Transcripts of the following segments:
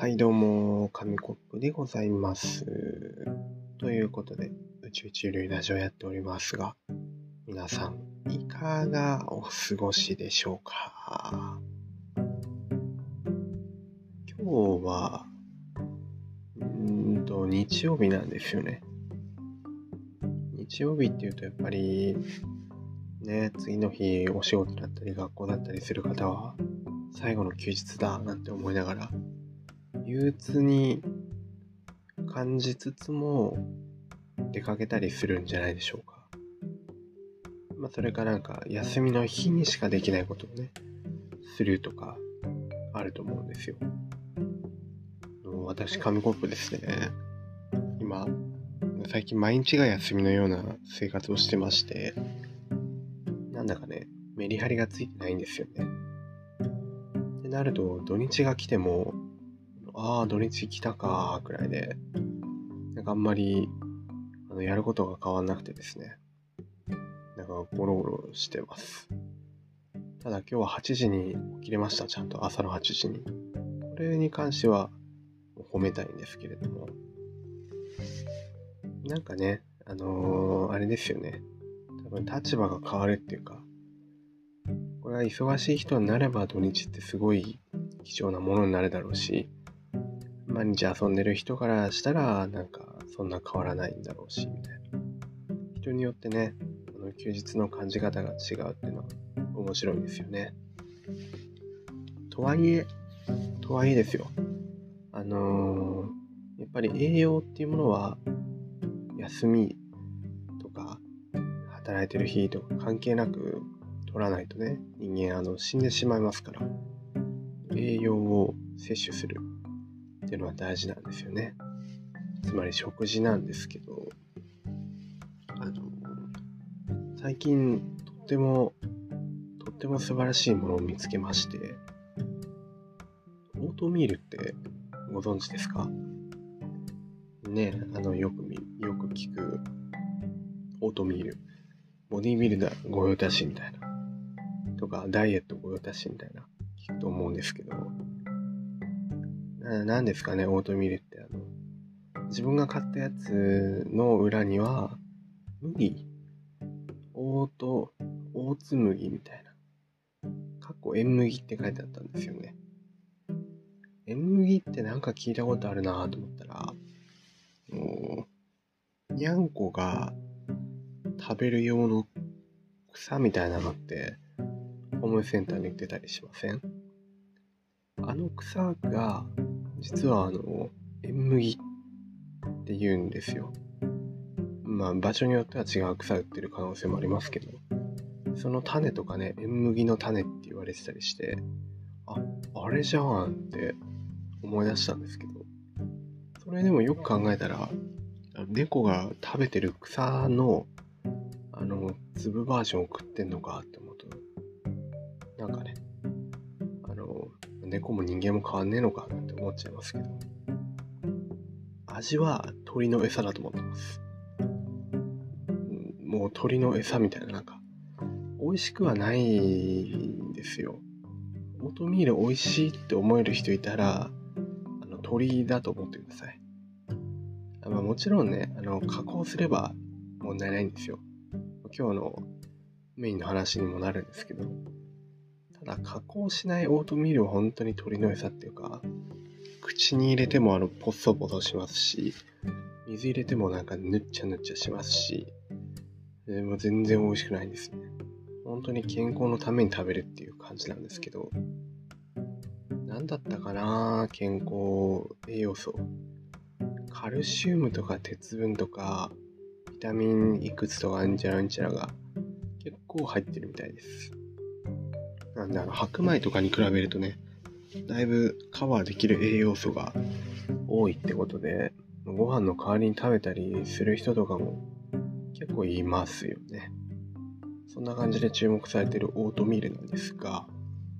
はいどうも、紙コップでございます。ということで、宇宙一流ラジオやっておりますが、皆さん、いかがお過ごしでしょうか？今日は、日曜日なんですよね。日曜日っていうとやっぱり、ね、次の日お仕事だったり学校だったりする方は、最後の休日だなんて思いながら、憂鬱に感じつつも出かけたりするんじゃないでしょうか。それか休みの日にしかできないことをね、するとかあると思うんですよ。私、紙コップですね。今、最近毎日が休みのような生活をしてまして、なんだかね、メリハリがついてないんですよね。ってなると、土日が来ても、土日来たかくらいで、あんまりやることが変わんなくてですね、ゴロゴロしてます。ただ今日は8時に起きれました。ちゃんと朝の8時に。これに関しては褒めたいんですけれども、あれですよね。多分立場が変わるっていうか、これは忙しい人になれば土日ってすごい貴重なものになるだろうし、毎日遊んでる人からしたらそんな変わらないんだろうしみたいな。人によってね、休日の感じ方が違うっていうのは面白いんですよね。とはいえですよ。やっぱり栄養っていうものは休みとか働いてる日とか関係なく取らないとね、人間死んでしまいますから、栄養を摂取するっていうのは大事なんですよね。つまり食事なんですけど、最近とっても素晴らしいものを見つけまして、オートミールってご存知ですか？ね、よく聞くオートミール、ボディービルダー御用達みたいなとかダイエット御用達みたいな聞くと思うんですけど、何ですかね、オートミールって自分が買ったやつの裏にはオーツ麦みたいな塩麦って書いてあったんですよね。塩麦って聞いたことあるなと思ったら、にゃんこが食べる用の草みたいなのってホームセンターに売ってたりしません？あの草が実は塩麦って言うんですよ。場所によっては違う草売ってる可能性もありますけど、その種とかね、塩麦の種って言われてたりして、あれじゃんって思い出したんですけど、それでもよく考えたら、猫が食べてる草の粒バージョンを食ってんのかって思うと、猫も人間も変わんねえのかって思っちゃいますけど、味は鳥の餌だと思ってます。もう鳥の餌みたいな美味しくはないんですよ。オートミール美味しいって思える人いたら鳥だと思ってください。もちろんね、加工すれば問題ないんですよ。今日のメインの話にもなるんですけど、ただ加工しないオートミールは本当に鳥の餌っていうか、口に入れてもポソポソしますし、水入れてもぬっちゃぬっちゃしますし、でも全然美味しくないんですね。本当に健康のために食べるっていう感じなんですけど、何だったかな、健康栄養素、カルシウムとか鉄分とかビタミンいくつとかうんちゃらうんちゃらが結構入ってるみたいです。なんで白米とかに比べるとね、だいぶカバーできる栄養素が多いってことで、ご飯の代わりに食べたりする人とかも結構いますよね。そんな感じで注目されているオートミールなんですが、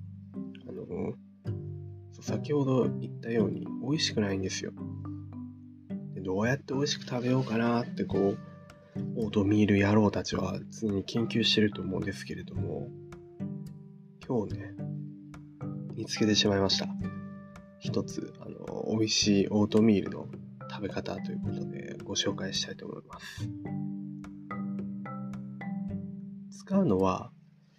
先ほど言ったように美味しくないんですよ。でどうやって美味しく食べようかなってオートミール野郎たちは常に研究してると思うんですけれども、今日ね見つけてしまいました。一つ美味しいオートミールの食べ方ということでご紹介したいと思います。使うのは、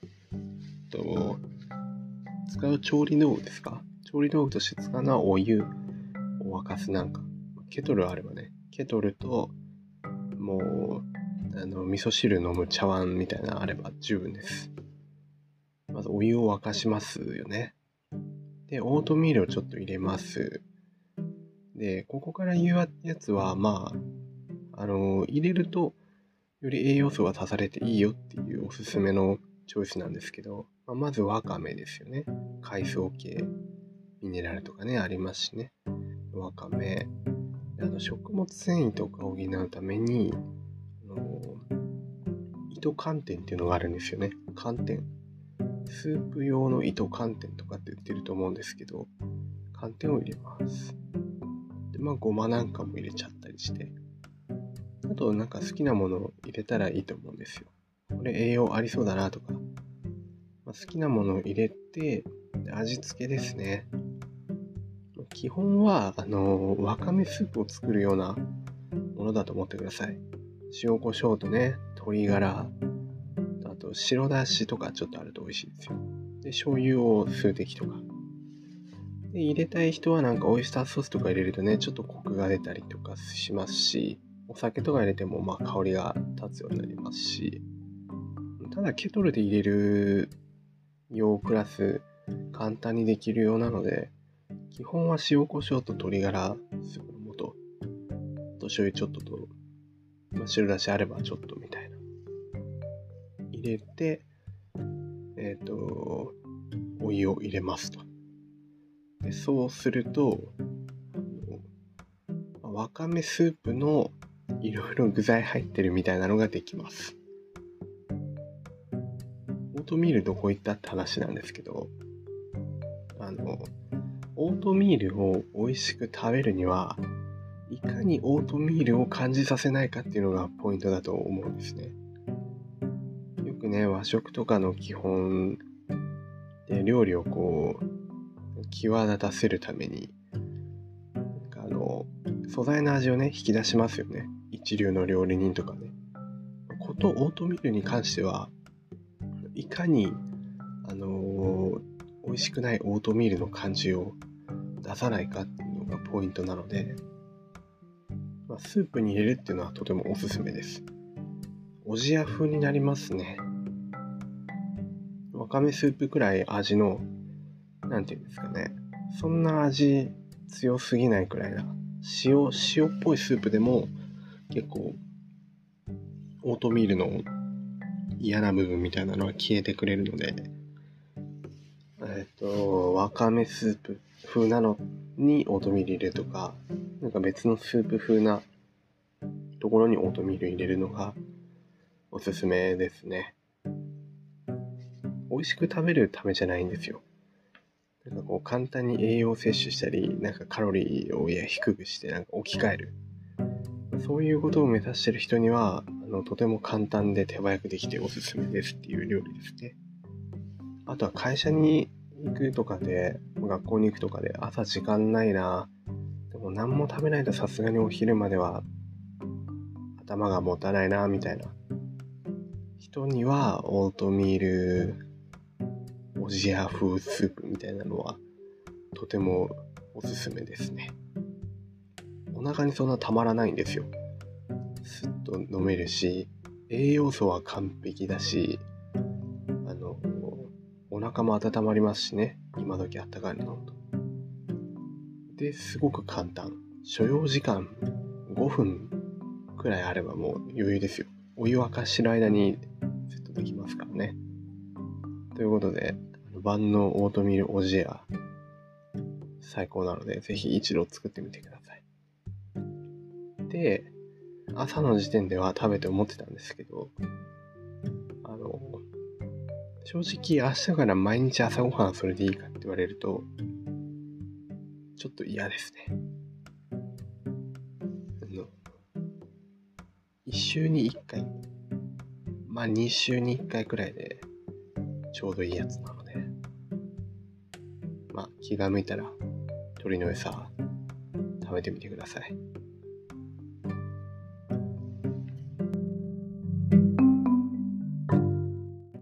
使う調理道具ですか？調理道具として使うのはお湯を沸かすなんか。ケトルあればね、ケトルと、もう、味噌汁飲む茶碗みたいなのあれば十分です。まずお湯を沸かしますよね。で、オートミールをちょっと入れます。で、ここから言うやつは、入れると、より栄養素が足されていいよっていうおすすめのチョイスなんですけど、まずわかめですよね。海藻系、ミネラルとかね、ありますしね。わかめ。食物繊維とかを補うために、糸寒天っていうのがあるんですよね。寒天。スープ用の糸寒天とかって売ってると思うんですけど、寒天を入れます。で、ごまなんかも入れちゃったりして。あと、なんか好きなものを入れたらいいと思うんですよ。これ栄養ありそうだなとか。好きなものを入れて、味付けですね。基本は、わかめスープを作るようなものだと思ってください。塩コショウとね、鶏ガラ、あと白だしとかちょっとあると美味しいですよ。で、醤油を数滴とか。で、入れたい人はなんかオイスターソースとか入れるとね、ちょっとコクが出たりとかしますし、お酒とか入れても香りが立つようになりますし、ただケトルで入れる用プラス簡単にできるようなので、基本は塩コショウと鶏ガラスープの素と醤油ちょっとと、白だしあればちょっとみたいな入れて、お湯を入れますと。で、そうするとわかめスープのいろいろ具材入ってるみたいなのができます。オートミールどこ行ったって話なんですけど、オートミールを美味しく食べるには、いかにオートミールを感じさせないかっていうのがポイントだと思うんですね。よくね、和食とかの基本で料理を際立たせるために、素材の味をね、引き出しますよね。一流の料理人とかね。オートミールに関しては、いかに、美味しくないオートミールの感じを出さないかっていうのがポイントなので、スープに入れるっていうのはとてもおすすめです。おじや風になりますね。わかめスープくらい味の、なんていうんですかね。そんな味強すぎないくらいな、塩っぽいスープでも結構オートミールの嫌な部分みたいなのは消えてくれるので、わかめスープ風なのにオートミール入れるとか、なんか別のスープ風なところにオートミール入れるのがおすすめですね。美味しく食べるためじゃないんですよ。なんか簡単に栄養摂取したり、なんかカロリーを低くしてなんか置き換える。そういうことを目指している人には、とても簡単で手早くできておすすめですっていう料理ですね。あとは会社に行くとかで、学校に行くとかで朝時間ないな、でも何も食べないとさすがにお昼までは頭が持たないなみたいな人にはオートミールおじや風スープみたいなのはとてもおすすめですね。お腹にそんなたまらないんですよ。スッと飲めるし、栄養素は完璧だし、お腹も温まりますしね。今時あったかいのと。で、すごく簡単。所要時間5分くらいあればもう余裕ですよ。お湯沸かしてる間にセットできますからね。ということで、万能オートミールおじや最高なので、ぜひ一度作ってみてください。で、朝の時点では食べて思ってたんですけど、正直明日から毎日朝ごはんそれでいいかって言われると、ちょっと嫌ですね。1週に1回、2週に1回くらいでちょうどいいやつなので、気が向いたら鳥の餌食べてみてください。